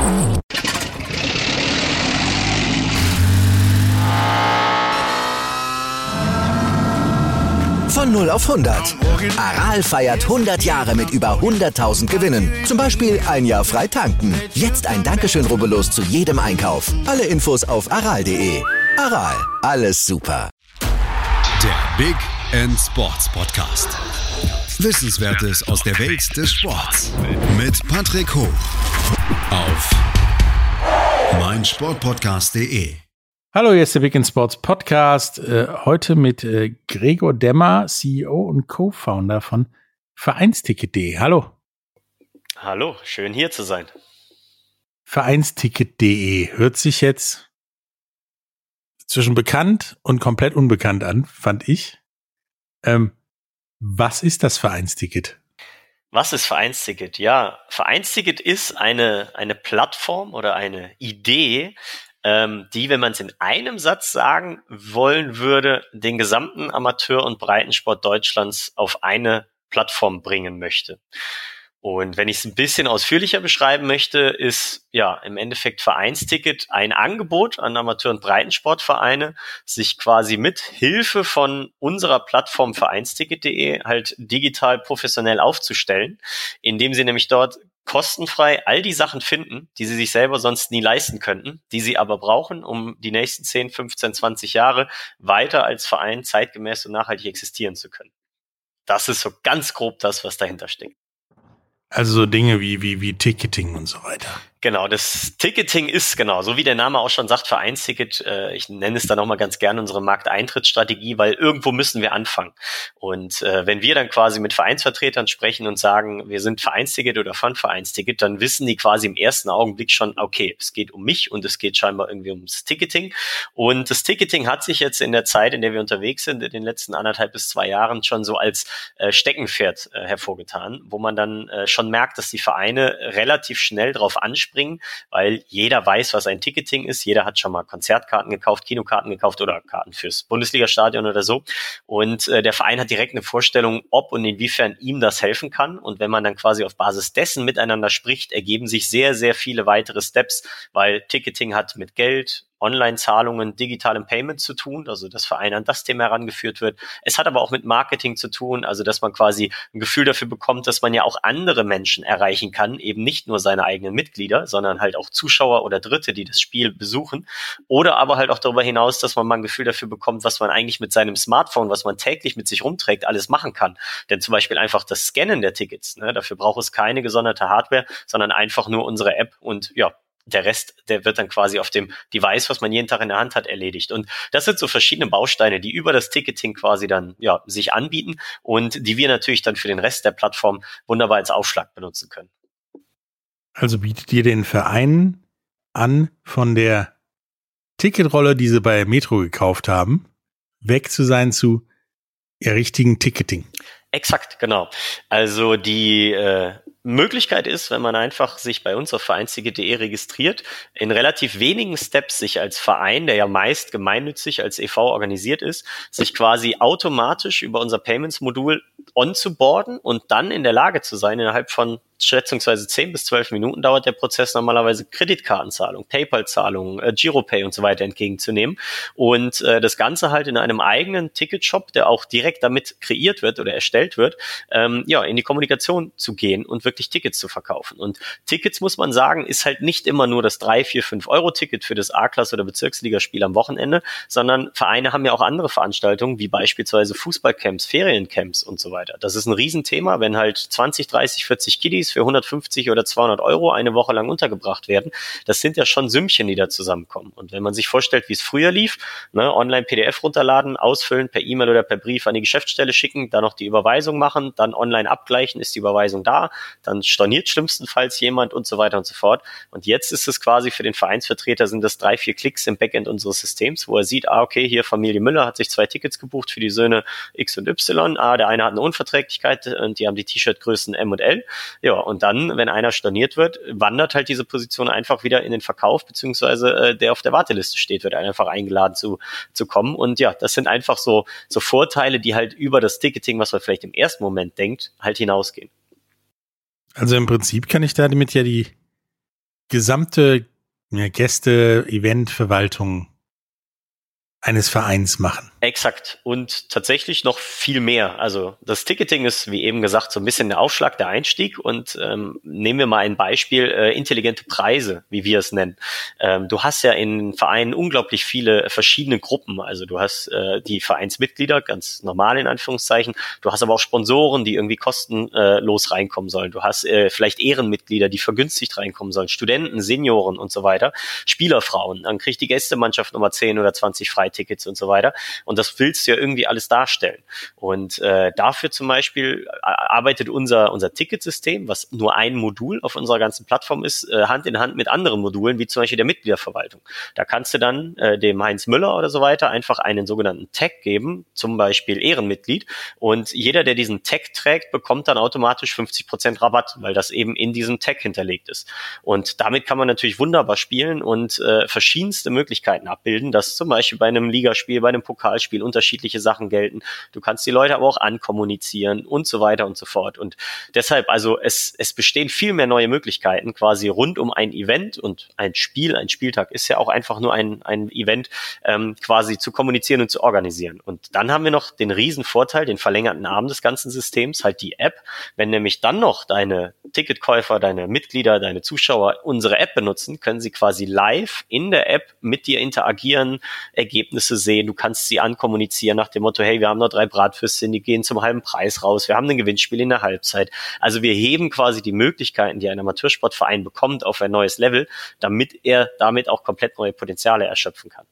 Von 0 auf 100. Aral feiert 100 Jahre mit über 100.000 Gewinnen. Zum Beispiel ein Jahr frei tanken. Jetzt ein Dankeschön, rubbellos zu jedem Einkauf. Alle Infos auf aral.de. Aral, alles super. Der Big End Sports Podcast. Wissenswertes aus der Welt des Sports. Mit Patrick Hoch. Auf meinsportpodcast.de. Hallo, hier ist der Big in Sports Podcast. Heute mit Gregor Demmer, CEO und Co-Founder von Vereinsticket.de. Hallo. Hallo, schön hier zu sein. Vereinsticket.de hört sich jetzt zwischen bekannt und komplett unbekannt an, fand ich. Was ist das Vereinsticket? Was ist Vereinsticket? Ja, Vereinsticket ist eine Plattform oder eine Idee, die, wenn man es in einem Satz sagen wollen würde, den gesamten Amateur- und Breitensport Deutschlands auf eine Plattform bringen möchte. Und wenn ich es ein bisschen ausführlicher beschreiben möchte, ist ja im Endeffekt Vereinsticket ein Angebot an Amateur- und Breitensportvereine, sich quasi mit Hilfe von unserer Plattform Vereinsticket.de halt digital professionell aufzustellen, indem sie nämlich dort kostenfrei all die Sachen finden, die sie sich selber sonst nie leisten könnten, die sie aber brauchen, um die nächsten 10, 15, 20 Jahre weiter als Verein zeitgemäß und nachhaltig existieren zu können. Das ist so ganz grob das, was dahinter steckt. Also so Dinge wie Ticketing und so weiter. Genau, das Ticketing ist genau, so wie der Name auch schon sagt, Vereinsticket. Ich nenne es dann auch mal ganz gerne unsere Markteintrittsstrategie, weil irgendwo müssen wir anfangen. Und wenn wir dann quasi mit Vereinsvertretern sprechen und sagen, wir sind Vereinsticket oder von Vereinsticket, dann wissen die quasi im ersten Augenblick schon, okay, es geht um mich und es geht scheinbar irgendwie ums Ticketing. Und das Ticketing hat sich jetzt in der Zeit, in der wir unterwegs sind, in den letzten 1,5 bis 2 Jahren schon so als Steckenpferd hervorgetan, wo man dann schon merkt, dass die Vereine relativ schnell drauf ansprechen, weil jeder weiß, was ein Ticketing ist. Jeder hat schon mal Konzertkarten gekauft, Kinokarten gekauft oder Karten fürs Bundesliga-Stadion oder so. Und der Verein hat direkt eine Vorstellung, ob und inwiefern ihm das helfen kann. Und wenn man dann quasi auf Basis dessen miteinander spricht, ergeben sich sehr, sehr viele weitere Steps, weil Ticketing hat mit Geld, Online-Zahlungen, digitalem Payment zu tun, also dass Verein an das Thema herangeführt wird. Es hat aber auch mit Marketing zu tun, also dass man quasi ein Gefühl dafür bekommt, dass man ja auch andere Menschen erreichen kann, eben nicht nur seine eigenen Mitglieder, sondern halt auch Zuschauer oder Dritte, die das Spiel besuchen. Oder aber halt auch darüber hinaus, dass man mal ein Gefühl dafür bekommt, was man eigentlich mit seinem Smartphone, was man täglich mit sich rumträgt, alles machen kann. Denn zum Beispiel einfach das Scannen der Tickets, ne, dafür braucht es keine gesonderte Hardware, sondern einfach nur unsere App und ja, der Rest, der wird dann quasi auf dem Device, was man jeden Tag in der Hand hat, erledigt. Und das sind so verschiedene Bausteine, die über das Ticketing quasi dann ja sich anbieten und die wir natürlich dann für den Rest der Plattform wunderbar als Aufschlag benutzen können. Also bietet ihr den Vereinen an, von der Ticketrolle, die sie bei Metro gekauft haben, weg zu sein zu ihr richtigen Ticketing. Exakt, genau. Also die Möglichkeit ist, wenn man einfach sich bei uns auf vereinsticket.de registriert, in relativ wenigen Steps sich als Verein, der ja meist gemeinnützig als e.V. organisiert ist, sich quasi automatisch über unser Payments-Modul onzuboarden und dann in der Lage zu sein, innerhalb von schätzungsweise 10 bis 12 Minuten dauert der Prozess normalerweise, Kreditkartenzahlung, PayPal-Zahlung, Giropay und so weiter entgegenzunehmen und das Ganze halt in einem eigenen Ticketshop, der auch direkt damit kreiert wird oder erstellt wird, in die Kommunikation zu gehen und wirklich Tickets zu verkaufen. Und Tickets, muss man sagen, ist halt nicht immer nur das 3, 4, 5 Euro Ticket für das A-Klasse- oder Bezirksligaspiel am Wochenende, sondern Vereine haben ja auch andere Veranstaltungen, wie beispielsweise Fußballcamps, Feriencamps und so weiter. Das ist ein Riesenthema, wenn halt 20, 30, 40 Kiddies für 150 oder 200 Euro eine Woche lang untergebracht werden. Das sind ja schon Sümmchen, die da zusammenkommen. Und wenn man sich vorstellt, wie es früher lief, ne, online PDF runterladen, ausfüllen, per E-Mail oder per Brief an die Geschäftsstelle schicken, dann noch die Überweisung machen, dann online abgleichen, ist die Überweisung da, dann storniert schlimmstenfalls jemand und so weiter und so fort. Und jetzt ist es quasi für den Vereinsvertreter, sind das 3, 4 Klicks im Backend unseres Systems, wo er sieht, okay, hier Familie Müller hat sich 2 Tickets gebucht für die Söhne X und Y, der eine hat eine Unverträglichkeit und die haben die T-Shirt-Größen M und L. Ja, und dann, wenn einer storniert wird, wandert halt diese Position einfach wieder in den Verkauf, beziehungsweise der auf der Warteliste steht, wird einfach eingeladen zu kommen. Und ja, das sind einfach so Vorteile, die halt über das Ticketing, was man vielleicht im ersten Moment denkt, halt hinausgehen. Also im Prinzip kann ich damit ja die gesamte Gäste, Eventverwaltung eines Vereins machen. Exakt. Und tatsächlich noch viel mehr. Also das Ticketing ist, wie eben gesagt, so ein bisschen der Aufschlag, der Einstieg. Und nehmen wir mal ein Beispiel, intelligente Preise, wie wir es nennen. Du hast ja in Vereinen unglaublich viele verschiedene Gruppen. Also du hast die Vereinsmitglieder, ganz normal in Anführungszeichen. Du hast aber auch Sponsoren, die irgendwie kostenlos reinkommen sollen. Du hast vielleicht Ehrenmitglieder, die vergünstigt reinkommen sollen. Studenten, Senioren und so weiter. Spielerfrauen. Dann kriegt die Gästemannschaft nochmal 10 oder 20 Freitickets und so weiter. Und das willst du ja irgendwie alles darstellen. Und dafür zum Beispiel arbeitet unser Ticketsystem, was nur ein Modul auf unserer ganzen Plattform ist, Hand in Hand mit anderen Modulen, wie zum Beispiel der Mitgliederverwaltung. Da kannst du dann dem Heinz Müller oder so weiter einfach einen sogenannten Tag geben, zum Beispiel Ehrenmitglied. Und jeder, der diesen Tag trägt, bekommt dann automatisch 50% Rabatt, weil das eben in diesem Tag hinterlegt ist. Und damit kann man natürlich wunderbar spielen und verschiedenste Möglichkeiten abbilden, dass zum Beispiel bei einem Ligaspiel, bei einem Pokalspiel unterschiedliche Sachen gelten. Du kannst die Leute aber auch ankommunizieren und so weiter und so fort. Und deshalb, also es bestehen viel mehr neue Möglichkeiten quasi rund um ein Event und ein Spieltag ist ja auch einfach nur ein Event, quasi zu kommunizieren und zu organisieren. Und dann haben wir noch den riesen Vorteil, den verlängerten Arm des ganzen Systems, halt die App. Wenn nämlich dann noch deine Ticketkäufer, deine Mitglieder, deine Zuschauer unsere App benutzen, können sie quasi live in der App mit dir interagieren, Ergebnisse sehen, du kannst sie ankommunizieren nach dem Motto, hey, wir haben noch 3 Bratwürstchen, die gehen zum halben Preis raus, wir haben ein Gewinnspiel in der Halbzeit. Also wir heben quasi die Möglichkeiten, die ein Amateursportverein bekommt, auf ein neues Level, damit er damit auch komplett neue Potenziale erschöpfen kann.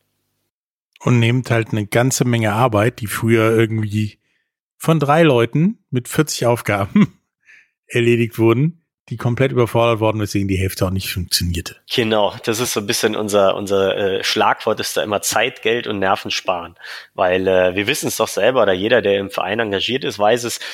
Und nehmt halt eine ganze Menge Arbeit, die früher irgendwie von 3 Leuten mit 40 Aufgaben erledigt wurden, die komplett überfordert worden, weswegen die Hälfte auch nicht funktionierte. Genau, das ist so ein bisschen unser Schlagwort ist da immer Zeit, Geld und Nerven sparen, weil wir wissen es doch selber, oder jeder, der im Verein engagiert ist, weiß es,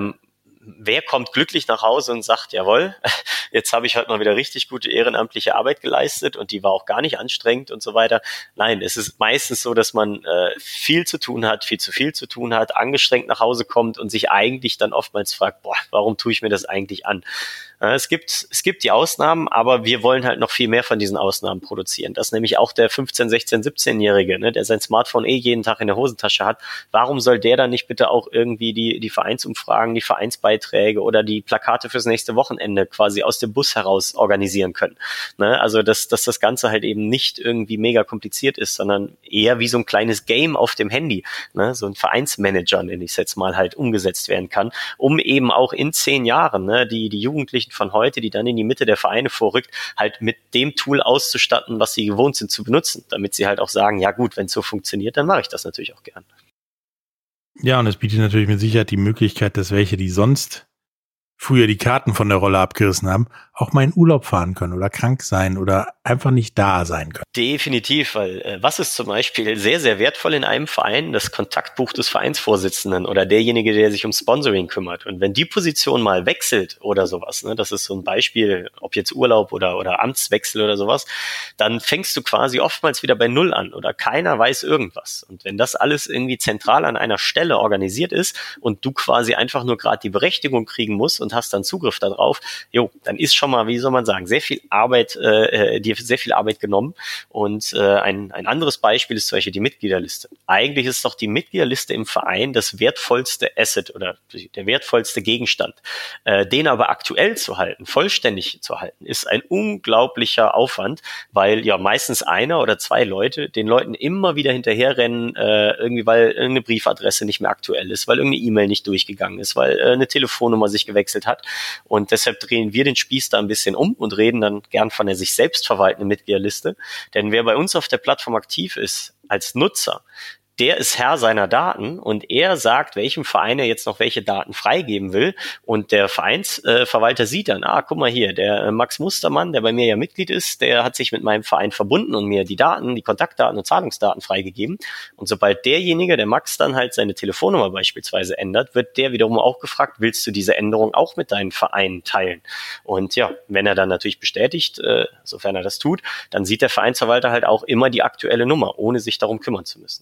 wer kommt glücklich nach Hause und sagt, jawohl, jetzt habe ich heute mal wieder richtig gute ehrenamtliche Arbeit geleistet und die war auch gar nicht anstrengend und so weiter. Nein, es ist meistens so, dass man viel zu tun hat, viel zu viel zu tun hat, angestrengt nach Hause kommt und sich eigentlich dann oftmals fragt, warum tue ich mir das eigentlich an? Es gibt die Ausnahmen, aber wir wollen halt noch viel mehr von diesen Ausnahmen produzieren. Das nämlich auch der 15-, 16-, 17-Jährige, ne, der sein Smartphone jeden Tag in der Hosentasche hat. Warum soll der dann nicht bitte auch irgendwie die Vereinsumfragen, die Vereinsbeiträge oder die Plakate fürs nächste Wochenende quasi aus dem Bus heraus organisieren können? Ne, also dass das Ganze halt eben nicht irgendwie mega kompliziert ist, sondern eher wie so ein kleines Game auf dem Handy, ne, so ein Vereinsmanager, nenne ich es jetzt mal, halt umgesetzt werden kann, um eben auch in 10 Jahren, ne, die Jugendlichen von heute, die dann in die Mitte der Vereine vorrückt, halt mit dem Tool auszustatten, was sie gewohnt sind zu benutzen, damit sie halt auch sagen, ja gut, wenn es so funktioniert, dann mache ich das natürlich auch gern. Ja, und es bietet natürlich mit Sicherheit die Möglichkeit, dass welche, die sonst früher die Karten von der Rolle abgerissen haben, auch mal in Urlaub fahren können oder krank sein oder einfach nicht da sein können. Definitiv, weil was ist zum Beispiel sehr, sehr wertvoll in einem Verein? Das Kontaktbuch des Vereinsvorsitzenden oder derjenige, der sich um Sponsoring kümmert. Und wenn die Position mal wechselt oder sowas, ne, das ist so ein Beispiel, ob jetzt Urlaub oder Amtswechsel oder sowas, dann fängst du quasi oftmals wieder bei Null an oder keiner weiß irgendwas. Und wenn das alles irgendwie zentral an einer Stelle organisiert ist und du quasi einfach nur gerade die Berechtigung kriegen musst und hast dann Zugriff darauf, dann ist schon mal, wie soll man sagen, sehr viel Arbeit, dir sehr viel Arbeit genommen. Und ein anderes Beispiel ist zum Beispiel die Mitgliederliste. Eigentlich ist doch die Mitgliederliste im Verein das wertvollste Asset oder der wertvollste Gegenstand. Den aber aktuell zu halten, vollständig zu halten, ist ein unglaublicher Aufwand, weil ja meistens einer oder 2 Leute den Leuten immer wieder hinterherrennen, irgendwie weil irgendeine Briefadresse nicht mehr aktuell ist, weil irgendeine E-Mail nicht durchgegangen ist, weil eine Telefonnummer sich gewechselt hat. Und deshalb drehen wir den Spieß da ein bisschen um und reden dann gern von der sich selbst verwaltenden Mitgliederliste. Denn wer bei uns auf der Plattform aktiv ist als Nutzer, der ist Herr seiner Daten und er sagt, welchem Verein er jetzt noch welche Daten freigeben will. Und der Vereinsverwalter sieht dann, guck mal hier, der Max Mustermann, der bei mir ja Mitglied ist, der hat sich mit meinem Verein verbunden und mir die Daten, die Kontaktdaten und Zahlungsdaten freigegeben. Und sobald derjenige, der Max, dann halt seine Telefonnummer beispielsweise ändert, wird der wiederum auch gefragt, willst du diese Änderung auch mit deinen Vereinen teilen? Und ja, wenn er dann natürlich bestätigt, sofern er das tut, dann sieht der Vereinsverwalter halt auch immer die aktuelle Nummer, ohne sich darum kümmern zu müssen.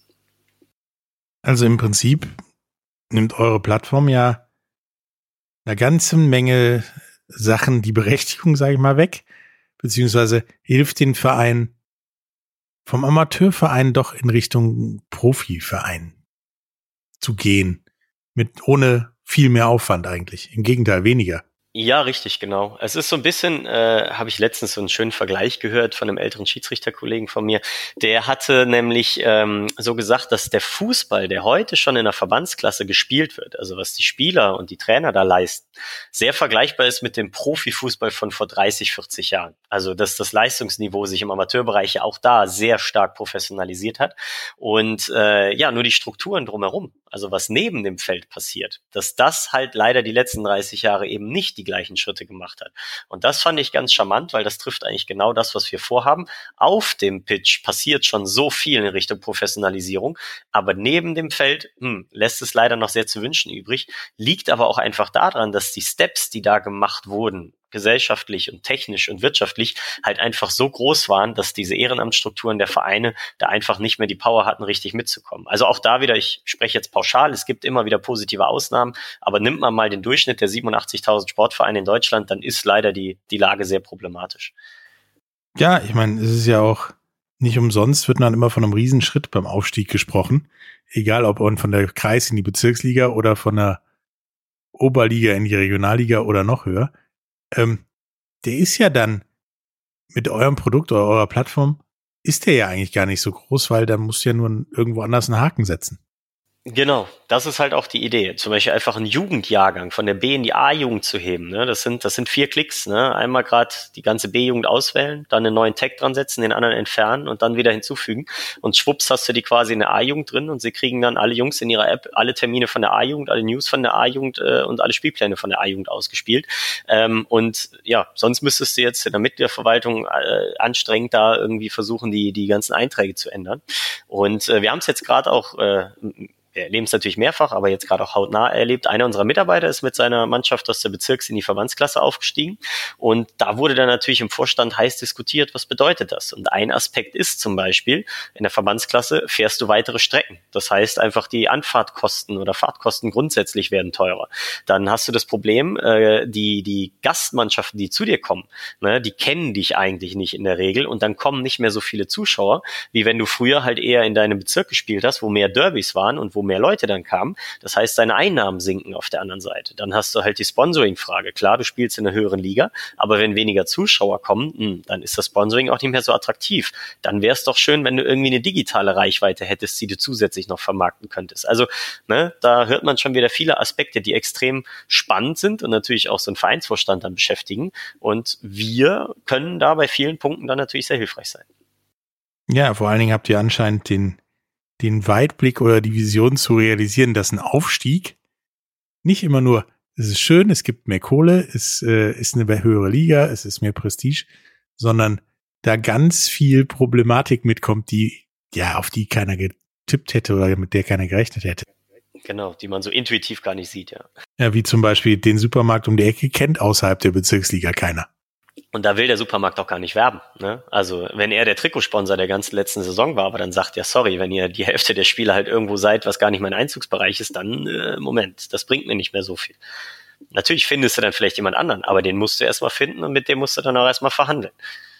Also im Prinzip nimmt eure Plattform ja eine ganze Menge Sachen, die Berechtigung, sage ich mal, weg, beziehungsweise hilft den Verein vom Amateurverein doch in Richtung Profiverein zu gehen, ohne viel mehr Aufwand eigentlich. Im Gegenteil, weniger. Ja, richtig, genau. Es ist so ein bisschen, habe ich letztens so einen schönen Vergleich gehört von einem älteren Schiedsrichterkollegen von mir. Der hatte nämlich so gesagt, dass der Fußball, der heute schon in der Verbandsklasse gespielt wird, also was die Spieler und die Trainer da leisten, sehr vergleichbar ist mit dem Profifußball von vor 30, 40 Jahren. Also dass das Leistungsniveau sich im Amateurbereich ja auch da sehr stark professionalisiert hat. Und nur die Strukturen drumherum, also was neben dem Feld passiert, dass das halt leider die letzten 30 Jahre eben nicht die gleichen Schritte gemacht hat. Und das fand ich ganz charmant, weil das trifft eigentlich genau das, was wir vorhaben. Auf dem Pitch passiert schon so viel in Richtung Professionalisierung, aber neben dem Feld lässt es leider noch sehr zu wünschen übrig, liegt aber auch einfach daran, dass die Steps, die da gemacht wurden, gesellschaftlich und technisch und wirtschaftlich halt einfach so groß waren, dass diese Ehrenamtsstrukturen der Vereine da einfach nicht mehr die Power hatten, richtig mitzukommen. Also auch da wieder, ich spreche jetzt pauschal, es gibt immer wieder positive Ausnahmen, aber nimmt man mal den Durchschnitt der 87.000 Sportvereine in Deutschland, dann ist leider die Lage sehr problematisch. Ja, ich meine, es ist ja auch nicht umsonst, wird dann immer von einem Riesenschritt beim Aufstieg gesprochen, egal ob von der Kreis in die Bezirksliga oder von der Oberliga in die Regionalliga oder noch höher. Der ist ja dann mit eurem Produkt oder eurer Plattform, ist der ja eigentlich gar nicht so groß, weil da musst du ja nur irgendwo anders einen Haken setzen. Genau, das ist halt auch die Idee. Zum Beispiel einfach einen Jugendjahrgang von der B in die A-Jugend zu heben. Ne? Das sind 4 Klicks. Ne? Einmal gerade die ganze B-Jugend auswählen, dann einen neuen Tag dran setzen, den anderen entfernen und dann wieder hinzufügen. Und schwupps hast du die quasi in der A-Jugend drin und sie kriegen dann alle Jungs in ihrer App alle Termine von der A-Jugend, alle News von der A-Jugend und alle Spielpläne von der A-Jugend ausgespielt. Und ja, sonst müsstest du jetzt in der Mitgliederverwaltung anstrengend da irgendwie versuchen, die ganzen Einträge zu ändern. Und wir haben es jetzt gerade auch wir erleben es natürlich mehrfach, aber jetzt gerade auch hautnah erlebt. Einer unserer Mitarbeiter ist mit seiner Mannschaft aus der Bezirks in die Verbandsklasse aufgestiegen und da wurde dann natürlich im Vorstand heiß diskutiert, was bedeutet das? Und ein Aspekt ist zum Beispiel, in der Verbandsklasse fährst du weitere Strecken. Das heißt einfach, die Anfahrtkosten oder Fahrtkosten grundsätzlich werden teurer. Dann hast du das Problem, die Gastmannschaften, die zu dir kommen, ne, die kennen dich eigentlich nicht in der Regel und dann kommen nicht mehr so viele Zuschauer, wie wenn du früher halt eher in deinem Bezirk gespielt hast, wo mehr Derbys waren und wo mehr Leute dann kamen. Das heißt, deine Einnahmen sinken auf der anderen Seite. Dann hast du halt die Sponsoring-Frage. Klar, du spielst in einer höheren Liga, aber wenn weniger Zuschauer kommen, dann ist das Sponsoring auch nicht mehr so attraktiv. Dann wäre es doch schön, wenn du irgendwie eine digitale Reichweite hättest, die du zusätzlich noch vermarkten könntest. Also, ne, da hört man schon wieder viele Aspekte, die extrem spannend sind und natürlich auch so einen Vereinsvorstand dann beschäftigen. Und wir können da bei vielen Punkten dann natürlich sehr hilfreich sein. Ja, vor allen Dingen habt ihr anscheinend den Weitblick oder die Vision zu realisieren, dass ein Aufstieg nicht immer nur, es ist schön, es gibt mehr Kohle, es ist eine höhere Liga, es ist mehr Prestige, sondern da ganz viel Problematik mitkommt, auf die keiner getippt hätte oder mit der keiner gerechnet hätte. Genau, die man so intuitiv gar nicht sieht, ja. Ja, wie zum Beispiel den Supermarkt um die Ecke kennt außerhalb der Bezirksliga keiner. Und da will der Supermarkt auch gar nicht werben. Ne? Also wenn er der Trikotsponsor der ganzen letzten Saison war, aber dann sagt er, sorry, wenn ihr die Hälfte der Spieler halt irgendwo seid, was gar nicht mein Einzugsbereich ist, dann Moment, das bringt mir nicht mehr so viel. Natürlich findest du dann vielleicht jemand anderen, aber den musst du erstmal finden und mit dem musst du dann auch erstmal verhandeln.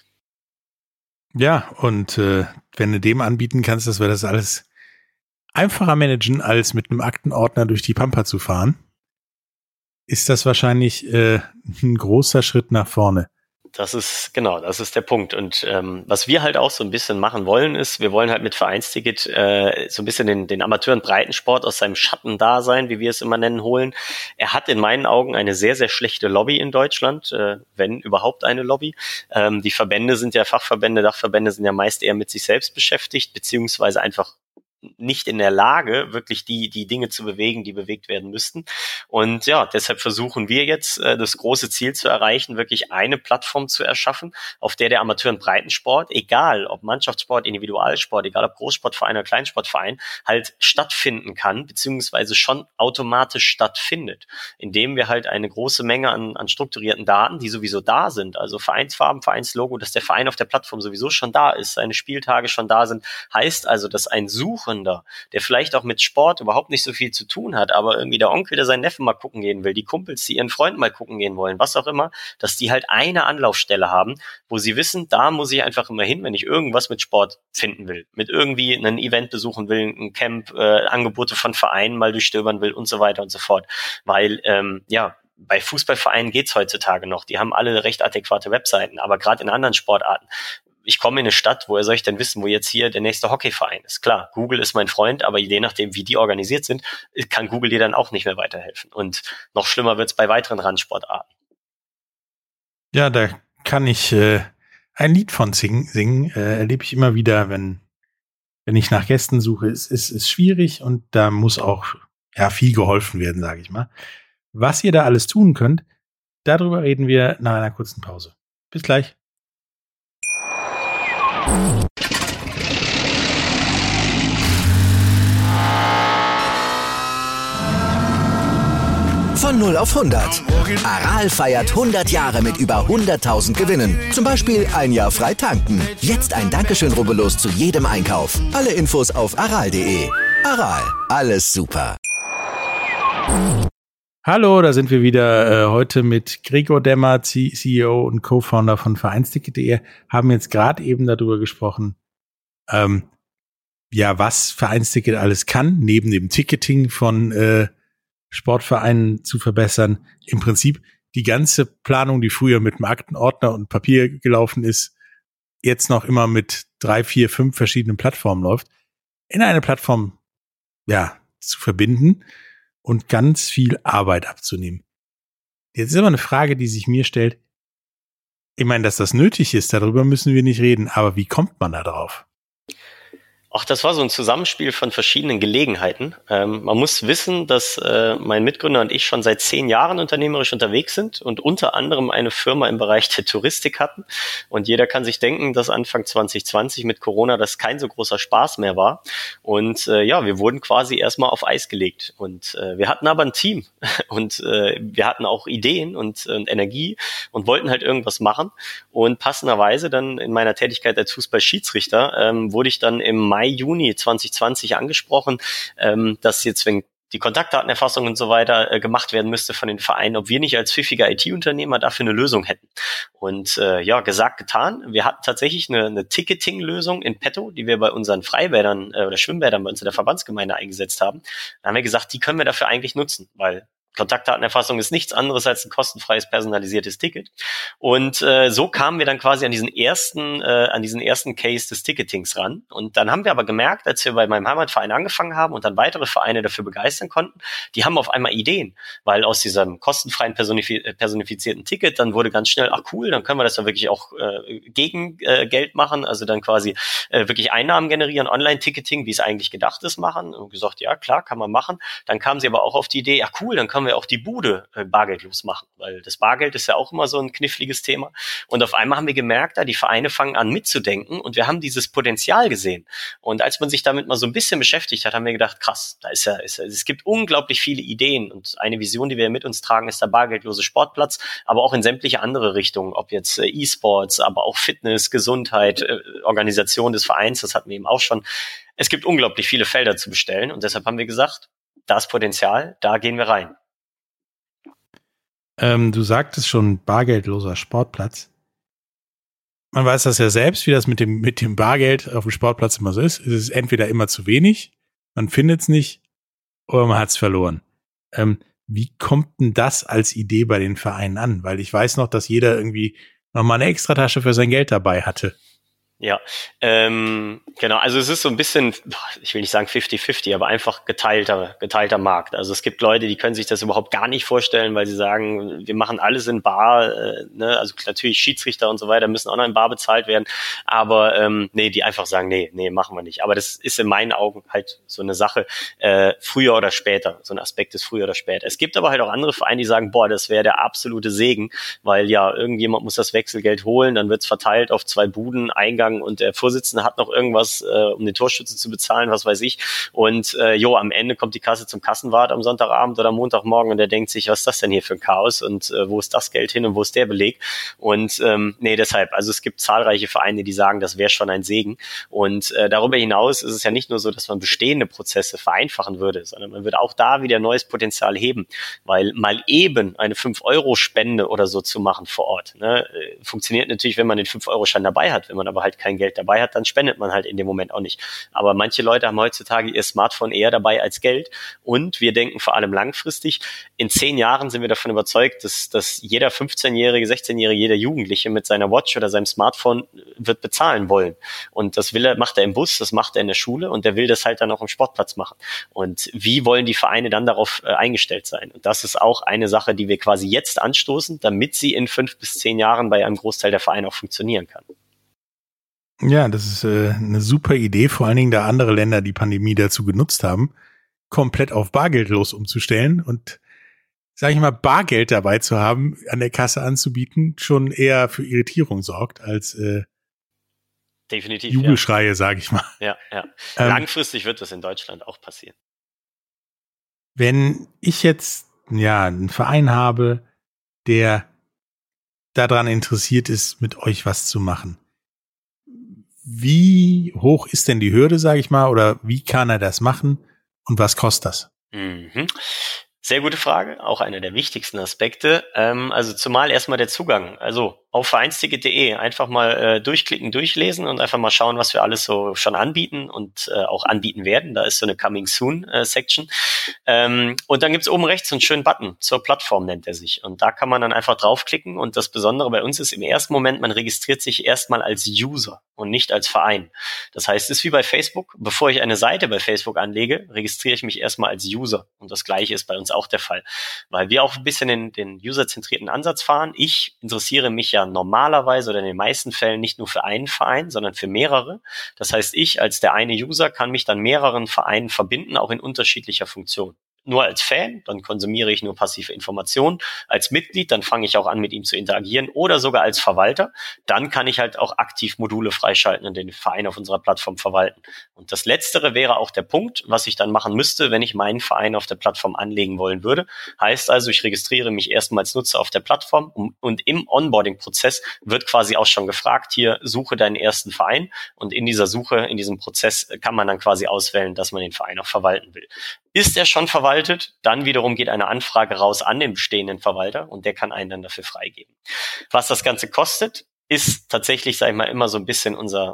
Ja, und wenn du dem anbieten kannst, dass wir das alles einfacher managen, als mit einem Aktenordner durch die Pampa zu fahren, ist das wahrscheinlich ein großer Schritt nach vorne. Das ist der Punkt. Und was wir halt auch so ein bisschen machen wollen, ist, wir wollen halt mit Vereinsticket so ein bisschen den Amateuren Breitensport aus seinem Schattendasein, wie wir es immer nennen, holen. Er hat in meinen Augen eine sehr, sehr schlechte Lobby in Deutschland, wenn überhaupt eine Lobby. Die Verbände sind ja Fachverbände, Dachverbände sind ja meist eher mit sich selbst beschäftigt, beziehungsweise einfach nicht in der Lage, wirklich die Dinge zu bewegen, die bewegt werden müssten. Und ja, deshalb versuchen wir jetzt, das große Ziel zu erreichen, wirklich eine Plattform zu erschaffen, auf der Amateuren Breitensport, egal ob Mannschaftssport, Individualsport, egal ob Großsportverein oder Kleinsportverein, halt stattfinden kann, beziehungsweise schon automatisch stattfindet, indem wir halt eine große Menge an strukturierten Daten, die sowieso da sind, also Vereinsfarben, Vereinslogo, dass der Verein auf der Plattform sowieso schon da ist, seine Spieltage schon da sind, heißt also, dass ein Suchender da, der vielleicht auch mit Sport überhaupt nicht so viel zu tun hat, aber irgendwie der Onkel, der seinen Neffen mal gucken gehen will, die Kumpels, die ihren Freunden mal gucken gehen wollen, was auch immer, dass die halt eine Anlaufstelle haben, wo sie wissen, da muss ich einfach immer hin, wenn ich irgendwas mit Sport finden will, mit irgendwie ein Event besuchen will, ein Camp, Angebote von Vereinen mal durchstöbern will und so weiter und so fort. Weil, bei Fußballvereinen geht's heutzutage noch. Die haben alle recht adäquate Webseiten, aber gerade in anderen Sportarten. Ich komme in eine Stadt, woher soll ich denn wissen, wo jetzt hier der nächste Hockeyverein ist? Klar, Google ist mein Freund, aber je nachdem, wie die organisiert sind, kann Google dir dann auch nicht mehr weiterhelfen. Und noch schlimmer wird's bei weiteren Randsportarten. Ja, da kann ich ein Lied von singen. Erlebe ich immer wieder, wenn ich nach Gästen suche. Es ist schwierig und da muss auch viel geholfen werden, sage ich mal. Was ihr da alles tun könnt, darüber reden wir nach einer kurzen Pause. Bis gleich. Von 0 auf 100. Aral feiert 100 Jahre mit über 100.000 Gewinnen. Zum Beispiel ein Jahr frei tanken. Jetzt ein Dankeschön, rubbellos zu jedem Einkauf. Alle Infos auf aral.de. Aral, alles super. Hallo, da sind wir wieder heute mit Gregor Demmer, CEO und Co-Founder von Vereinsticket.de. Haben jetzt gerade eben darüber gesprochen, was Vereinsticket alles kann, neben dem Ticketing von Sportvereinen zu verbessern. Im Prinzip die ganze Planung, die früher mit einem Aktenordner und Papier gelaufen ist, jetzt noch immer mit 3, 4, 5 verschiedenen Plattformen läuft, in eine Plattform zu verbinden und ganz viel Arbeit abzunehmen. Jetzt ist aber eine Frage, die sich mir stellt. Ich meine, dass das nötig ist, darüber müssen wir nicht reden, aber wie kommt man da drauf? Ach, das war so ein Zusammenspiel von verschiedenen Gelegenheiten. Man muss wissen, dass mein Mitgründer und ich schon seit 10 Jahren unternehmerisch unterwegs sind und unter anderem eine Firma im Bereich der Touristik hatten. Und jeder kann sich denken, dass Anfang 2020 mit Corona das kein so großer Spaß mehr war. Und wir wurden quasi erstmal auf Eis gelegt. Und wir hatten aber ein Team und wir hatten auch Ideen und Energie und wollten halt irgendwas machen. Und passenderweise dann in meiner Tätigkeit als Fußballschiedsrichter wurde ich dann im Mai, Juni 2020 angesprochen, dass jetzt, wenn die Kontaktdatenerfassung und so weiter gemacht werden müsste von den Vereinen, ob wir nicht als pfiffiger IT-Unternehmer dafür eine Lösung hätten. Und gesagt, getan. Wir hatten tatsächlich eine Ticketing-Lösung in petto, die wir bei unseren Freibädern oder Schwimmbädern bei uns in der Verbandsgemeinde eingesetzt haben. Dann haben wir gesagt, die können wir dafür eigentlich nutzen, weil Kontaktdatenerfassung ist nichts anderes als ein kostenfreies, personalisiertes Ticket. Und so kamen wir dann quasi an diesen ersten Case des Ticketings ran. Und dann haben wir aber gemerkt, als wir bei meinem Heimatverein angefangen haben und dann weitere Vereine dafür begeistern konnten, die haben auf einmal Ideen. Weil aus diesem kostenfreien personifizierten Ticket, dann wurde ganz schnell, cool, dann können wir das ja wirklich auch gegen Geld machen, also dann quasi wirklich Einnahmen generieren, Online-Ticketing, wie es eigentlich gedacht ist, machen. Und gesagt, ja klar, kann man machen. Dann kamen sie aber auch auf die Idee, cool, dann können wir auch die Bude bargeldlos machen, weil das Bargeld ist ja auch immer so ein kniffliges Thema. Und auf einmal haben wir gemerkt, die Vereine fangen an mitzudenken und wir haben dieses Potenzial gesehen. Und als man sich damit mal so ein bisschen beschäftigt hat, haben wir gedacht, krass, es gibt unglaublich viele Ideen und eine Vision, die wir mit uns tragen, ist der bargeldlose Sportplatz, aber auch in sämtliche andere Richtungen, ob jetzt E-Sports, aber auch Fitness, Gesundheit, Organisation des Vereins, das hatten wir eben auch schon. Es gibt unglaublich viele Felder zu bestellen und deshalb haben wir gesagt, das Potenzial, da gehen wir rein. Du sagtest schon, bargeldloser Sportplatz. Man weiß das ja selbst, wie das mit dem Bargeld auf dem Sportplatz immer so ist. Es ist entweder immer zu wenig, man findet es nicht, oder man hat es verloren. Wie kommt denn das als Idee bei den Vereinen an? Weil ich weiß noch, dass jeder irgendwie nochmal eine Extratasche für sein Geld dabei hatte. Ja, genau. Also es ist so ein bisschen, ich will nicht sagen 50-50, aber einfach geteilter Markt. Also es gibt Leute, die können sich das überhaupt gar nicht vorstellen, weil sie sagen, wir machen alles in bar. Also natürlich Schiedsrichter und so weiter müssen auch noch in bar bezahlt werden. Aber die einfach sagen, nee, machen wir nicht. Aber das ist in meinen Augen halt so eine Sache, früher oder später. So ein Aspekt ist früher oder später. Es gibt aber halt auch andere Vereine, die sagen, das wäre der absolute Segen, weil ja irgendjemand muss das Wechselgeld holen, dann wird's verteilt auf 2 Buden, Eingang gegangen und der Vorsitzende hat noch irgendwas, um den Torschütze zu bezahlen, was weiß ich. Und am Ende kommt die Kasse zum Kassenwart am Sonntagabend oder Montagmorgen und der denkt sich, was ist das denn hier für ein Chaos und wo ist das Geld hin und wo ist der Beleg? Und deshalb, also es gibt zahlreiche Vereine, die sagen, das wäre schon ein Segen. Und darüber hinaus ist es ja nicht nur so, dass man bestehende Prozesse vereinfachen würde, sondern man würde auch da wieder neues Potenzial heben, weil mal eben eine 5-Euro-Spende oder so zu machen vor Ort, ne, funktioniert natürlich, wenn man den 5-Euro-Schein dabei hat. Wenn man aber halt kein Geld dabei hat, dann spendet man halt in dem Moment auch nicht. Aber manche Leute haben heutzutage ihr Smartphone eher dabei als Geld und wir denken vor allem langfristig. In 10 Jahren sind wir davon überzeugt, dass jeder 15-Jährige, 16-Jährige, jeder Jugendliche mit seiner Watch oder seinem Smartphone wird bezahlen wollen. Und das macht er im Bus, das macht er in der Schule und der will das halt dann auch im Sportplatz machen. Und wie wollen die Vereine dann darauf eingestellt sein? Und das ist auch eine Sache, die wir quasi jetzt anstoßen, damit sie in 5 bis 10 Jahren bei einem Großteil der Vereine auch funktionieren kann. Ja, das ist eine super Idee, vor allen Dingen, da andere Länder die Pandemie dazu genutzt haben, komplett auf bargeldlos umzustellen und, sag ich mal, Bargeld dabei zu haben, an der Kasse anzubieten, schon eher für Irritierung sorgt als definitiv Jubelschreie, sag ich mal. Ja. Langfristig wird das in Deutschland auch passieren. Wenn ich jetzt einen Verein habe, der daran interessiert ist, mit euch was zu machen, wie hoch ist denn die Hürde, sage ich mal, oder wie kann er das machen und was kostet das? Sehr gute Frage, auch einer der wichtigsten Aspekte. Also zumal erstmal der Zugang. Also auf vereinsticket.de einfach mal durchklicken, durchlesen und einfach mal schauen, was wir alles so schon anbieten und auch anbieten werden. Da ist so eine Coming Soon Section. Und dann gibt's oben rechts so einen schönen Button zur Plattform, nennt er sich. Und da kann man dann einfach draufklicken. Und das Besondere bei uns ist im ersten Moment, man registriert sich erstmal als User und nicht als Verein. Das heißt, es ist wie bei Facebook. Bevor ich eine Seite bei Facebook anlege, registriere ich mich erstmal als User. Und das Gleiche ist bei uns auch der Fall. Weil wir auch ein bisschen den userzentrierten Ansatz fahren. Ich interessiere mich ja normalerweise oder in den meisten Fällen nicht nur für einen Verein, sondern für mehrere. Das heißt, ich als der eine User kann mich dann mehreren Vereinen verbinden, auch in unterschiedlicher Funktion. Nur als Fan, dann konsumiere ich nur passive Informationen. Als Mitglied, dann fange ich auch an, mit ihm zu interagieren. Oder sogar als Verwalter, dann kann ich halt auch aktiv Module freischalten und den Verein auf unserer Plattform verwalten. Und das Letztere wäre auch der Punkt, was ich dann machen müsste, wenn ich meinen Verein auf der Plattform anlegen wollen würde. Heißt also, ich registriere mich erstmal als Nutzer auf der Plattform und im Onboarding-Prozess wird quasi auch schon gefragt, hier, suche deinen ersten Verein. Und in dieser Suche, in diesem Prozess kann man dann quasi auswählen, dass man den Verein auch verwalten will. Ist er schon verwaltet, dann wiederum geht eine Anfrage raus an den bestehenden Verwalter und der kann einen dann dafür freigeben. Was das Ganze kostet, ist tatsächlich, sag ich mal, immer so ein bisschen unser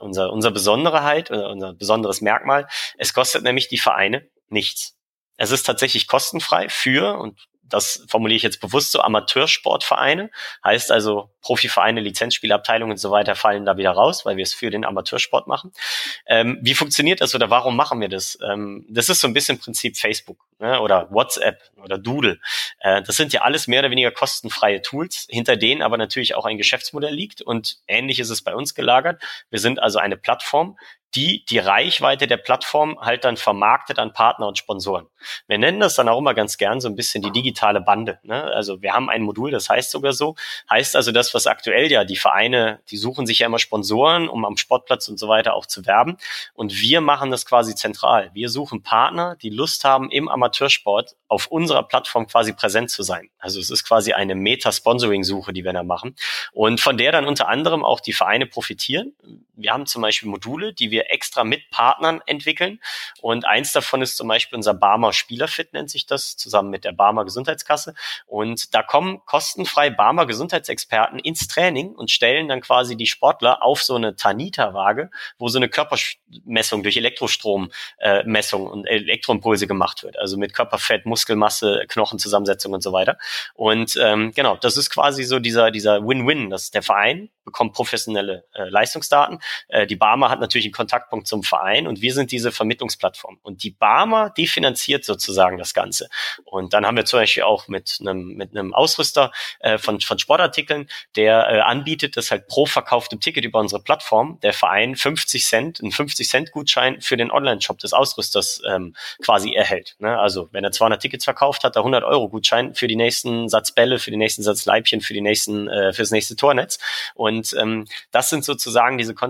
Besonderheit oder unser besonderes Merkmal. Es kostet nämlich die Vereine nichts. Es ist tatsächlich kostenfrei für, und das formuliere ich jetzt bewusst so, Amateursportvereine. Heißt also, Profivereine, Lizenzspielabteilungen und so weiter fallen da wieder raus, weil wir es für den Amateursport machen. Wie funktioniert das oder warum machen wir das? Das ist so ein bisschen Prinzip Facebook, ne, oder WhatsApp oder Doodle. Das sind ja alles mehr oder weniger kostenfreie Tools, hinter denen aber natürlich auch ein Geschäftsmodell liegt. Und ähnlich ist es bei uns gelagert. Wir sind also eine Plattform, die Reichweite der Plattform halt dann vermarktet an Partner und Sponsoren. Wir nennen das dann auch immer ganz gern so ein bisschen die digitale Bande, ne? Also wir haben ein Modul, das heißt sogar so, heißt also das, was aktuell ja die Vereine, die suchen sich ja immer Sponsoren, um am Sportplatz und so weiter auch zu werben. Und wir machen das quasi zentral. Wir suchen Partner, die Lust haben, im Amateursport auf unserer Plattform quasi präsent zu sein. Also es ist quasi eine Meta-Sponsoring-Suche, die wir da machen. Und von der dann unter anderem auch die Vereine profitieren. Wir haben zum Beispiel Module, die wir extra mit Partnern entwickeln. Und eins davon ist zum Beispiel unser Barmer Spielerfit, nennt sich das, zusammen mit der Barmer Gesundheitskasse. Und da kommen kostenfrei Barmer Gesundheitsexperten ins Training und stellen dann quasi die Sportler auf so eine Tanita-Waage, wo so eine Körpermessung durch Elektrostrommessung und Elektroimpulse gemacht wird. Also mit Körperfett, Muskelmasse, Knochenzusammensetzung und so weiter. Und genau, das ist quasi so dieser Win-Win. Das ist der Verein bekommt professionelle Leistungsdaten. Die Barmer hat natürlich einen Kontaktpunkt zum Verein und wir sind diese Vermittlungsplattform. Und die Barmer, die finanziert sozusagen das Ganze. Und dann haben wir zum Beispiel auch mit einem Ausrüster von Sportartikeln, der anbietet, dass halt pro verkauftem Ticket über unsere Plattform der Verein einen 50-Cent-Gutschein für den Online-Shop des Ausrüsters quasi erhält. Ne? Also wenn er 200 Tickets verkauft, hat er 100-Euro-Gutschein für die nächsten Satz Bälle, für den nächsten Satz Leibchen, für das nächste Tornetz. Und das sind sozusagen diese Konzepte,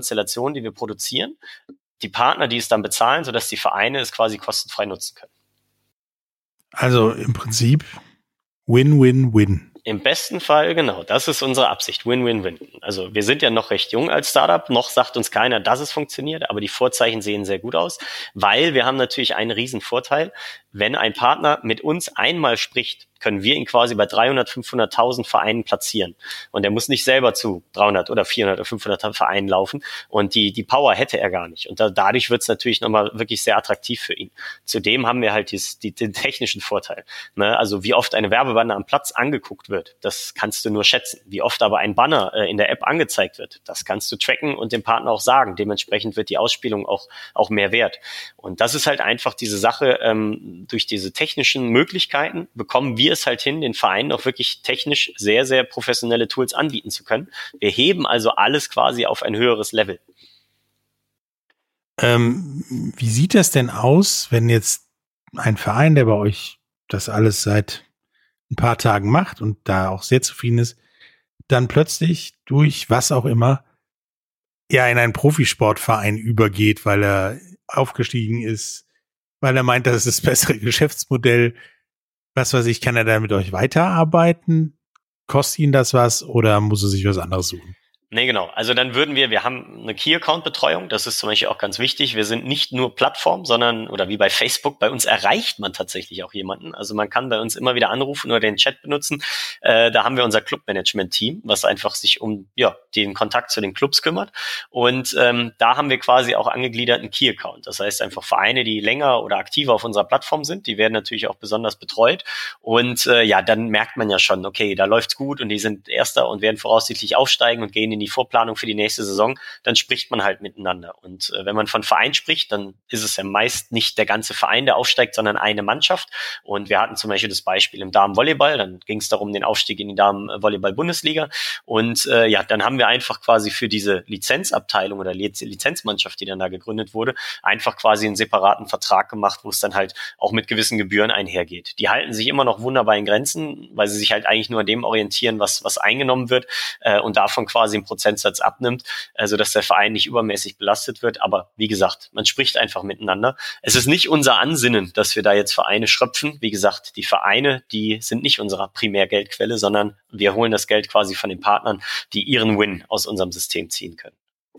Konstellation, die wir produzieren, die Partner, die es dann bezahlen, sodass die Vereine es quasi kostenfrei nutzen können. Also im Prinzip Win-Win-Win. Im besten Fall, genau, das ist unsere Absicht, Win-Win-Win. Also wir sind ja noch recht jung als Startup, noch sagt uns keiner, dass es funktioniert, aber die Vorzeichen sehen sehr gut aus, weil wir haben natürlich einen riesen Vorteil, wenn ein Partner mit uns einmal spricht, können wir ihn quasi bei 300, 500.000 Vereinen platzieren. Und er muss nicht selber zu 300 oder 400 oder 500 Vereinen laufen. Und die Power hätte er gar nicht. Und dadurch wird es natürlich nochmal wirklich sehr attraktiv für ihn. Zudem haben wir halt den technischen Vorteil. Ne? Also wie oft eine Werbebanner am Platz angeguckt wird, das kannst du nur schätzen. Wie oft aber ein Banner in der App angezeigt wird, das kannst du tracken und dem Partner auch sagen. Dementsprechend wird die Ausspielung auch mehr wert. Und das ist halt einfach diese Sache, durch diese technischen Möglichkeiten bekommen wir es halt hin, den Vereinen auch wirklich technisch sehr, sehr professionelle Tools anbieten zu können. Wir heben also alles quasi auf ein höheres Level. Wie sieht das denn aus, wenn jetzt ein Verein, der bei euch das alles seit ein paar Tagen macht und da auch sehr zufrieden ist, dann plötzlich durch was auch immer ja in einen Profisportverein übergeht, weil er aufgestiegen ist, weil er meint, das ist das bessere Geschäftsmodell. Was weiß ich, kann er da mit euch weiterarbeiten? Kostet ihn das was oder muss er sich was anderes suchen? Nee, genau. Also dann wir haben eine Key-Account-Betreuung, das ist zum Beispiel auch ganz wichtig. Wir sind nicht nur Plattform, sondern, oder wie bei Facebook, bei uns erreicht man tatsächlich auch jemanden. Also man kann bei uns immer wieder anrufen oder den Chat benutzen. Da haben wir unser Club-Management-Team, was einfach sich um den Kontakt zu den Clubs kümmert. Und da haben wir quasi auch angegliedert einen Key-Account. Das heißt einfach Vereine, die länger oder aktiver auf unserer Plattform sind, die werden natürlich auch besonders betreut. Und dann merkt man ja schon, okay, da läuft's gut und die sind Erster und werden voraussichtlich aufsteigen und gehen in die Vorplanung für die nächste Saison, dann spricht man halt miteinander. Und wenn man von Verein spricht, dann ist es ja meist nicht der ganze Verein, der aufsteigt, sondern eine Mannschaft. Und wir hatten zum Beispiel das Beispiel im Damenvolleyball, dann ging es darum, den Aufstieg in die Damenvolleyball-Bundesliga. Und dann haben wir einfach quasi für diese Lizenzabteilung oder Lizenzmannschaft, die dann da gegründet wurde, einfach quasi einen separaten Vertrag gemacht, wo es dann halt auch mit gewissen Gebühren einhergeht. Die halten sich immer noch wunderbar in Grenzen, weil sie sich halt eigentlich nur an dem orientieren, was eingenommen wird und davon quasi einen Prozentsatz abnimmt, also dass der Verein nicht übermäßig belastet wird. Aber wie gesagt, man spricht einfach miteinander. Es ist nicht unser Ansinnen, dass wir da jetzt Vereine schröpfen. Wie gesagt, die Vereine, die sind nicht unsere Primärgeldquelle, sondern wir holen das Geld quasi von den Partnern, die ihren Win aus unserem System ziehen können.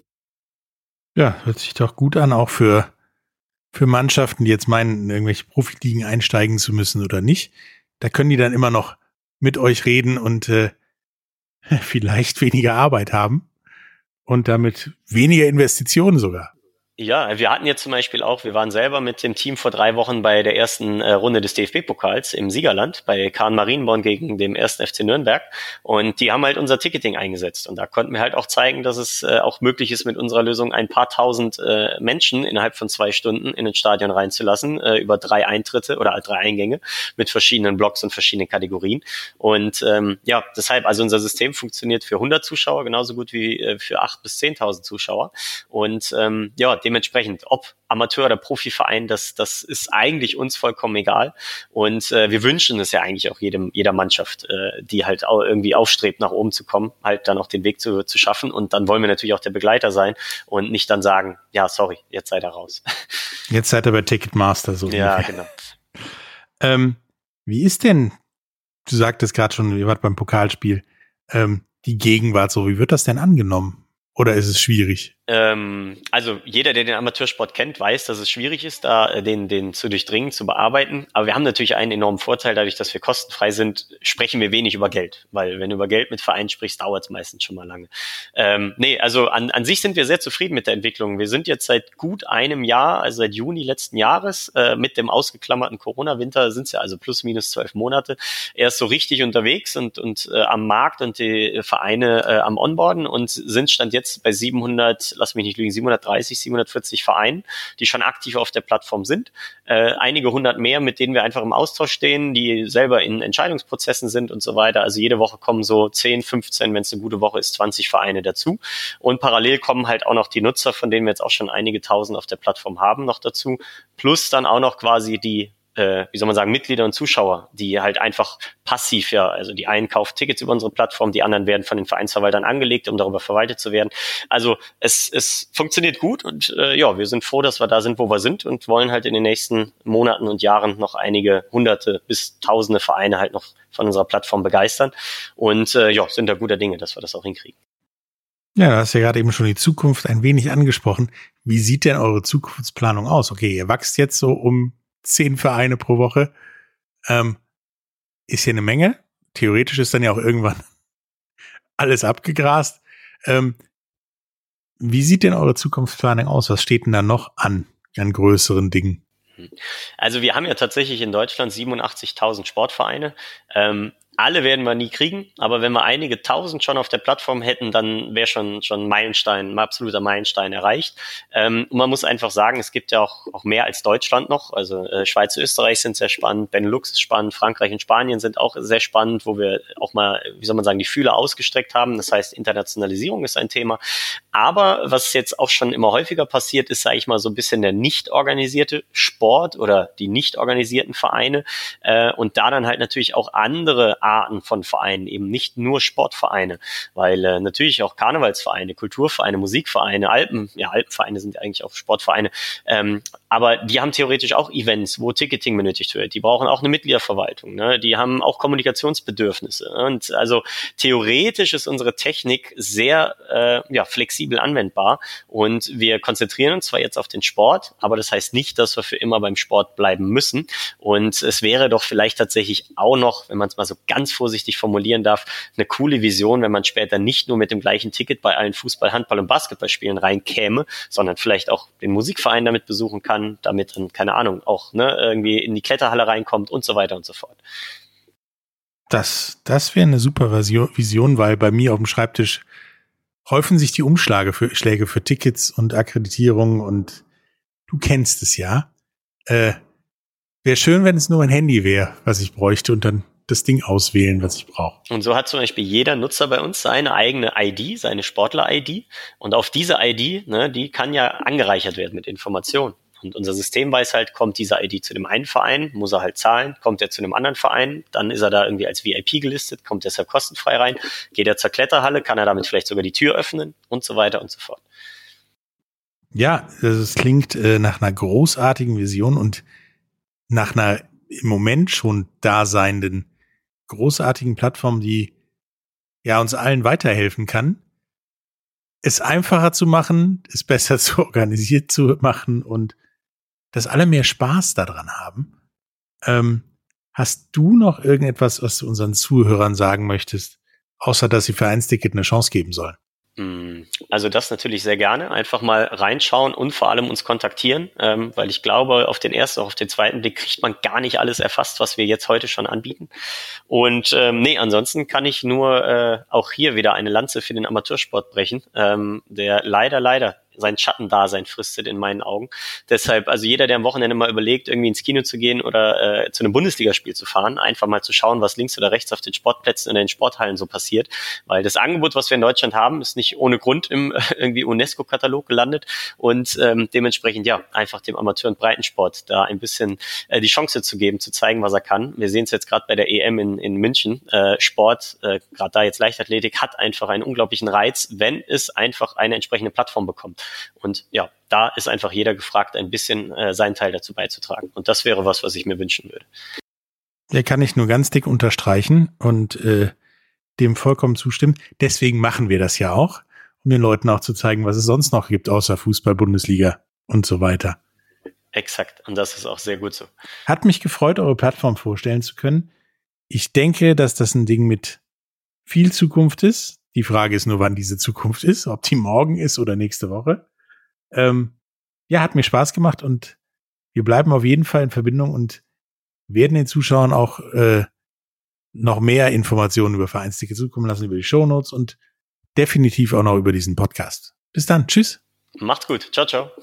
Ja, hört sich doch gut an, auch für Mannschaften, die jetzt meinen, in irgendwelche Profiligen einsteigen zu müssen oder nicht. Da können die dann immer noch mit euch reden und vielleicht weniger Arbeit haben und damit weniger Investitionen sogar. Ja, wir hatten jetzt zum Beispiel auch, wir waren selber mit dem Team vor 3 Wochen bei der ersten Runde des DFB-Pokals im Siegerland bei Kahn Marienborn gegen dem 1. FC Nürnberg und die haben halt unser Ticketing eingesetzt und da konnten wir halt auch zeigen, dass es auch möglich ist, mit unserer Lösung ein paar tausend Menschen innerhalb von 2 Stunden in ein Stadion reinzulassen, über 3 Eintritte oder 3 Eingänge mit verschiedenen Blocks und verschiedenen Kategorien und deshalb, also unser System funktioniert für 100 Zuschauer genauso gut wie für 8.000 bis 10.000 Zuschauer und dementsprechend, ob Amateur- oder Profiverein, das ist eigentlich uns vollkommen egal. Und wir wünschen es ja eigentlich auch jeder Mannschaft, die halt auch irgendwie aufstrebt, nach oben zu kommen, halt dann auch den Weg zu schaffen. Und dann wollen wir natürlich auch der Begleiter sein und nicht dann sagen, ja, sorry, jetzt seid ihr raus. Jetzt seid ihr bei Ticketmaster so. Ja, ungefähr. genau. Wie ist denn, du sagtest gerade schon, ihr wart beim Pokalspiel, die Gegenwart so, wie wird das denn angenommen? Oder ist es schwierig? Also jeder, der den Amateursport kennt, weiß, dass es schwierig ist, da den zu durchdringen, zu bearbeiten. Aber wir haben natürlich einen enormen Vorteil, dadurch, dass wir kostenfrei sind, sprechen wir wenig über Geld. Weil wenn du über Geld mit Vereinen sprichst, dauert es meistens schon mal lange. Also an sich sind wir sehr zufrieden mit der Entwicklung. Wir sind jetzt seit gut einem Jahr, also seit Juni letzten Jahres, mit dem ausgeklammerten Corona-Winter sind es ja also plus minus 12 Monate, erst so richtig unterwegs und am Markt und die Vereine am Onboarden und sind Stand jetzt bei 730, 740 Vereinen, die schon aktiv auf der Plattform sind. Einige hundert mehr, mit denen wir einfach im Austausch stehen, die selber in Entscheidungsprozessen sind und so weiter. Also jede Woche kommen so 10, 15, wenn es eine gute Woche ist, 20 Vereine dazu. Und parallel kommen halt auch noch die Nutzer, von denen wir jetzt auch schon einige tausend auf der Plattform haben, noch dazu. Plus dann auch noch quasi die Mitglieder und Zuschauer, die halt einfach passiv, also die einen kaufen Tickets über unsere Plattform, die anderen werden von den Vereinsverwaltern angelegt, um darüber verwaltet zu werden. Also es funktioniert gut und wir sind froh, dass wir da sind, wo wir sind und wollen halt in den nächsten Monaten und Jahren noch einige Hunderte bis Tausende Vereine halt noch von unserer Plattform begeistern und sind da guter Dinge, dass wir das auch hinkriegen. Ja, du hast ja gerade eben schon die Zukunft ein wenig angesprochen. Wie sieht denn eure Zukunftsplanung aus? Okay, ihr wächst jetzt so um 10 Vereine pro Woche. Ist hier eine Menge. Theoretisch ist dann ja auch irgendwann alles abgegrast. Wie sieht denn eure Zukunftsplanung aus? Was steht denn da noch an größeren Dingen? Also wir haben ja tatsächlich in Deutschland 87.000 Sportvereine. Alle werden wir nie kriegen, aber wenn wir einige tausend schon auf der Plattform hätten, dann wäre schon ein absoluter Meilenstein erreicht. Und man muss einfach sagen, es gibt ja auch mehr als Deutschland noch. Also Schweiz und Österreich sind sehr spannend, Benelux ist spannend, Frankreich und Spanien sind auch sehr spannend, wo wir auch mal, die Fühler ausgestreckt haben. Das heißt, Internationalisierung ist ein Thema. Aber was jetzt auch schon immer häufiger passiert, ist, sage ich mal, so ein bisschen der nicht organisierte Sport oder die nicht organisierten Vereine. Und da dann halt natürlich auch andere Arten von Vereinen, eben nicht nur Sportvereine, weil natürlich auch Karnevalsvereine, Kulturvereine, Musikvereine, Alpenvereine sind eigentlich auch Sportvereine, aber die haben theoretisch auch Events, wo Ticketing benötigt wird. Die brauchen auch eine Mitgliederverwaltung, ne? Die haben auch Kommunikationsbedürfnisse. Und also theoretisch ist unsere Technik sehr flexibel anwendbar und wir konzentrieren uns zwar jetzt auf den Sport, aber das heißt nicht, dass wir für immer beim Sport bleiben müssen. Und es wäre doch vielleicht tatsächlich auch noch, wenn man es mal so ganz vorsichtig formulieren darf, eine coole Vision, wenn man später nicht nur mit dem gleichen Ticket bei allen Fußball-, Handball- und Basketballspielen reinkäme, sondern vielleicht auch den Musikverein damit besuchen kann, damit dann, keine Ahnung, auch irgendwie in die Kletterhalle reinkommt und so weiter und so fort. Das wäre eine super Vision, weil bei mir auf dem Schreibtisch häufen sich die Schläge für Tickets und Akkreditierungen und du kennst es ja. Wäre schön, wenn es nur ein Handy wäre, was ich bräuchte und dann das Ding auswählen, was ich brauche. Und so hat zum Beispiel jeder Nutzer bei uns seine eigene ID, seine Sportler-ID. Und auf diese ID, die kann ja angereichert werden mit Informationen. Und unser System weiß halt, kommt dieser ID zu dem einen Verein, muss er halt zahlen, kommt er zu einem anderen Verein, dann ist er da irgendwie als VIP gelistet, kommt deshalb kostenfrei rein, geht er zur Kletterhalle, kann er damit vielleicht sogar die Tür öffnen und so weiter und so fort. Ja, es klingt nach einer großartigen Vision und nach einer im Moment schon daseinenden großartigen Plattform, die ja uns allen weiterhelfen kann, es einfacher zu machen, es besser zu organisiert zu machen und dass alle mehr Spaß daran haben. Hast du noch irgendetwas, was du unseren Zuhörern sagen möchtest, außer dass sie Vereinsticket eine Chance geben sollen? Also das natürlich sehr gerne. Einfach mal reinschauen und vor allem uns kontaktieren, weil ich glaube, auf den ersten, auch auf den zweiten Blick kriegt man gar nicht alles erfasst, was wir jetzt heute schon anbieten. Und ansonsten kann ich nur auch hier wieder eine Lanze für den Amateursport brechen, der leider sein Schattendasein fristet in meinen Augen. Deshalb, also jeder, der am Wochenende mal überlegt, irgendwie ins Kino zu gehen oder zu einem Bundesligaspiel zu fahren, einfach mal zu schauen, was links oder rechts auf den Sportplätzen oder in den Sporthallen so passiert. Weil das Angebot, was wir in Deutschland haben, ist nicht ohne Grund im irgendwie UNESCO-Katalog gelandet und dementsprechend einfach dem Amateur- und Breitensport da ein bisschen die Chance zu geben, zu zeigen, was er kann. Wir sehen es jetzt gerade bei der EM in München. Sport, gerade da jetzt Leichtathletik, hat einfach einen unglaublichen Reiz, wenn es einfach eine entsprechende Plattform bekommt. Und da ist einfach jeder gefragt, ein bisschen seinen Teil dazu beizutragen. Und das wäre was ich mir wünschen würde. Der kann ich nur ganz dick unterstreichen und dem vollkommen zustimmen. Deswegen machen wir das ja auch, um den Leuten auch zu zeigen, was es sonst noch gibt, außer Fußball, Bundesliga und so weiter. Exakt. Und das ist auch sehr gut so. Hat mich gefreut, eure Plattform vorstellen zu können. Ich denke, dass das ein Ding mit viel Zukunft ist. Die Frage ist nur, wann diese Zukunft ist, ob die morgen ist oder nächste Woche. Hat mir Spaß gemacht und wir bleiben auf jeden Fall in Verbindung und werden den Zuschauern auch noch mehr Informationen über Vereinsticket zukommen lassen, über die Shownotes und definitiv auch noch über diesen Podcast. Bis dann. Tschüss. Macht's gut. Ciao, ciao.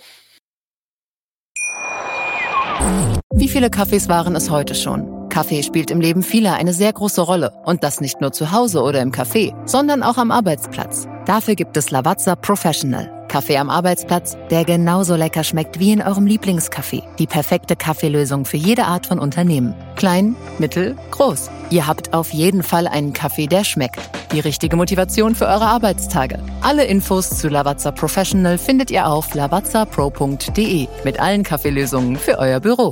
Wie viele Kaffees waren es heute schon? Kaffee spielt im Leben vieler eine sehr große Rolle. Und das nicht nur zu Hause oder im Café, sondern auch am Arbeitsplatz. Dafür gibt es Lavazza Professional. Kaffee am Arbeitsplatz, der genauso lecker schmeckt wie in eurem Lieblingscafé. Die perfekte Kaffeelösung für jede Art von Unternehmen. Klein, mittel, groß. Ihr habt auf jeden Fall einen Kaffee, der schmeckt. Die richtige Motivation für eure Arbeitstage. Alle Infos zu Lavazza Professional findet ihr auf lavazzapro.de mit allen Kaffeelösungen für euer Büro.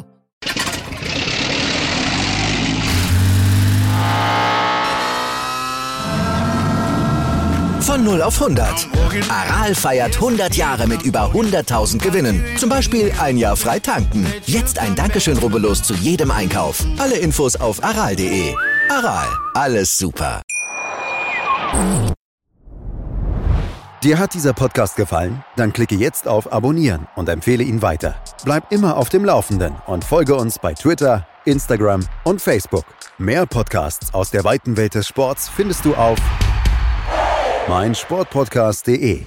Von 0 auf 100. Aral feiert 100 Jahre mit über 100.000 Gewinnen. Zum Beispiel ein Jahr frei tanken. Jetzt ein Dankeschön, rubbellos zu jedem Einkauf. Alle Infos auf aral.de. Aral, alles super. Dir hat dieser Podcast gefallen? Dann klicke jetzt auf Abonnieren und empfehle ihn weiter. Bleib immer auf dem Laufenden und folge uns bei Twitter, Instagram und Facebook. Mehr Podcasts aus der weiten Welt des Sports findest du auf meinsportpodcast.de.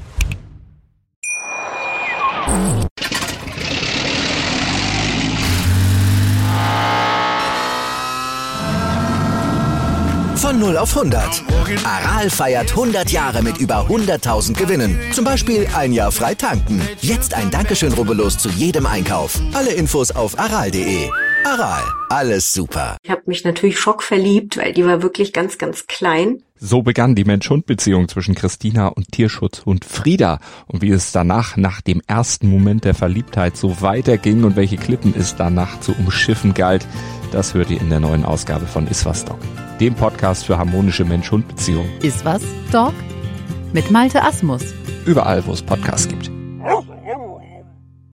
Von 0 auf 100. Aral feiert 100 Jahre mit über 100.000 Gewinnen. Zum Beispiel ein Jahr frei tanken. Jetzt ein Dankeschön, rubbellos zu jedem Einkauf. Alle Infos auf aral.de. Aral, alles super. Ich habe mich natürlich schockverliebt, weil die war wirklich ganz, ganz klein. So begann die Mensch-Hund-Beziehung zwischen Christina und Tierschutzhund Frieda. Und wie es danach, nach dem ersten Moment der Verliebtheit, so weiterging und welche Klippen es danach zu umschiffen galt, das hört ihr in der neuen Ausgabe von Iswas Dog, dem Podcast für harmonische Mensch-Hund-Beziehungen. Iswas Dog? Mit Malte Asmus. Überall, wo es Podcasts gibt.